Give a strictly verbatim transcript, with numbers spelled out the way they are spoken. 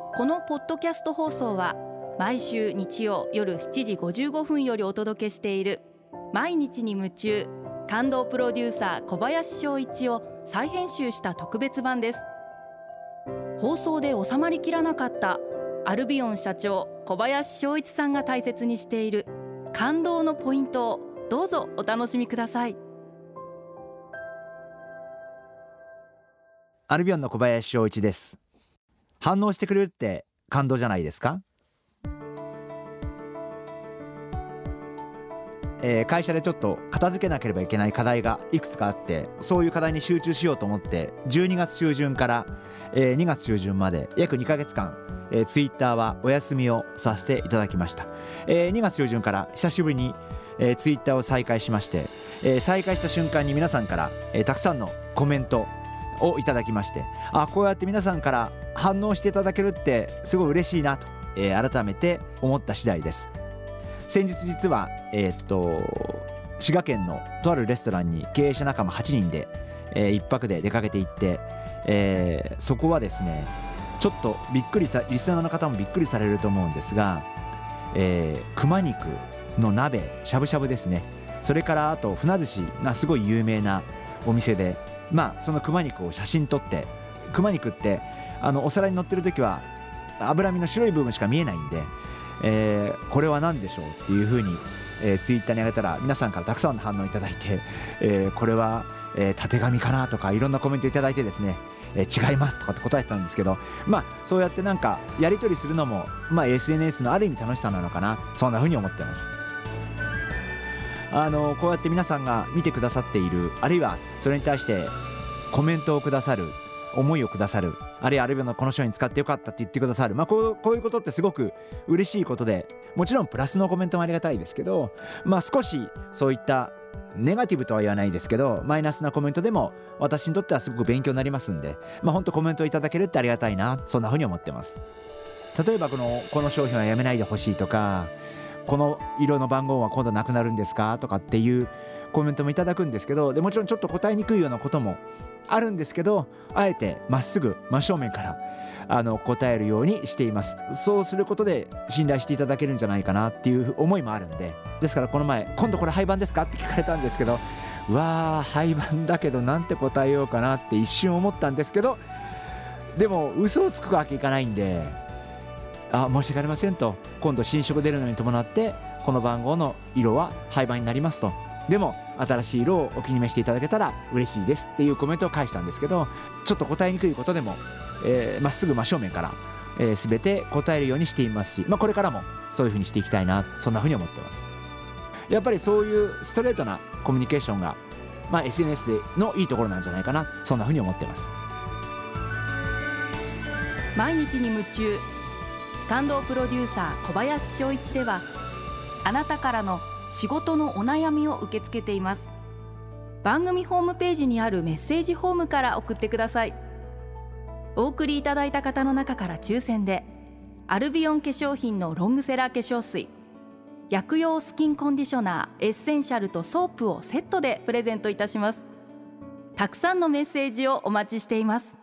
このポッドキャスト放送は毎週日曜夜しちじごじゅうごふんよりお届けしている毎日に夢中感動プロデューサー小林翔一を再編集した特別版です。放送で収まりきらなかったアルビオン社長小林翔一さんが大切にしている感動のポイントをどうぞお楽しみください。 アルビオンの小林翔一です。反応してくれるって感動じゃないですか。えー、会社でちょっと片付けなければいけない課題がいくつかあって、そういう課題に集中しようと思ってじゅうにがつ中旬から、えー、にがつ中旬まで約にかげつかん、えー、ツイッターはお休みをさせていただきました。えー、にがつ中旬から久しぶりに、えー、ツイッターを再開しまして、えー、再開した瞬間に皆さんから、えー、たくさんのコメントをいただきまして、あ、こうやって皆さんから反応していただけるってすごい嬉しいなと、えー、改めて思った次第です。先日実は、えー、っと滋賀県のとあるレストランに経営者仲間はちにんで、えー、いっぱくで出かけていって、えー、そこはですねちょっとびっくりさリスナーの方もびっくりされると思うんですが、えー、熊肉の鍋しゃぶしゃぶですね。それからあと船寿司がすごい有名なお店で、まあその熊肉を写真撮って、熊肉ってあのお皿に乗ってる時は脂身の白い部分しか見えないんで、えー、これは何でしょうっていう風に、えー、ツイッターに上げたら皆さんからたくさんの反応いただいて、えー、これは、えー、たてがみかなとかいろんなコメントいただいてですね、えー、違いますとかって答えてたんですけど、まあそうやってなんかやり取りするのも、まあ、エスエヌエス のある意味楽しさなのかな、そんな風に思ってます。あのこうやって皆さんが見てくださっている、あるいはそれに対してコメントをくださる、思いをくださる、あるいはアルビオンのこの商品使ってよかったって言ってくださる、まあ、こう、こういうことってすごく嬉しいことで、もちろんプラスのコメントもありがたいですけど、まあ、少しそういったネガティブとは言わないですけどマイナスなコメントでも私にとってはすごく勉強になりますんで、まあ、本当コメントいただけるってありがたいな、そんなふうに思ってます。例えばこの、この商品はやめないでほしいとか、この色の番号は今度なくなるんですかとかっていうコメントもいただくんですけど、でもちろんちょっと答えにくいようなこともあるんですけど、あえてまっすぐ真正面からあの答えるようにしています。そうすることで信頼していただけるんじゃないかなっていう思いもあるんで、ですからこの前今度これ廃盤ですかって聞かれたんですけど、うわー廃盤だけどなんて答えようかなって一瞬思ったんですけど、でも嘘をつくわけいかないんで、あ、申し訳ありませんと、今度新色出るのに伴ってこの番号の色は廃盤になりますと、でも新しい色をお気に召していただけたら嬉しいですっていうコメントを返したんですけど、ちょっと答えにくいことでも、えー、まっすぐ真正面から、えー、全て答えるようにしていますし、まあ、これからもそういうふうにしていきたいな、そんなふうに思ってます。やっぱりそういうストレートなコミュニケーションが、まあ、エスエヌエス でのいいところなんじゃないかな、そんなふうに思ってます。 毎日に夢中感動プロデューサー小林翔一では、あなたからの仕事のお悩みを受け付けています。番組ホームページにあるメッセージフォームから送ってください。お送りいただいた方の中から抽選でアルビオン化粧品のロングセラー化粧水、薬用スキンコンディショナーエッセンシャルとソープをセットでプレゼントいたします。たくさんのメッセージをお待ちしています。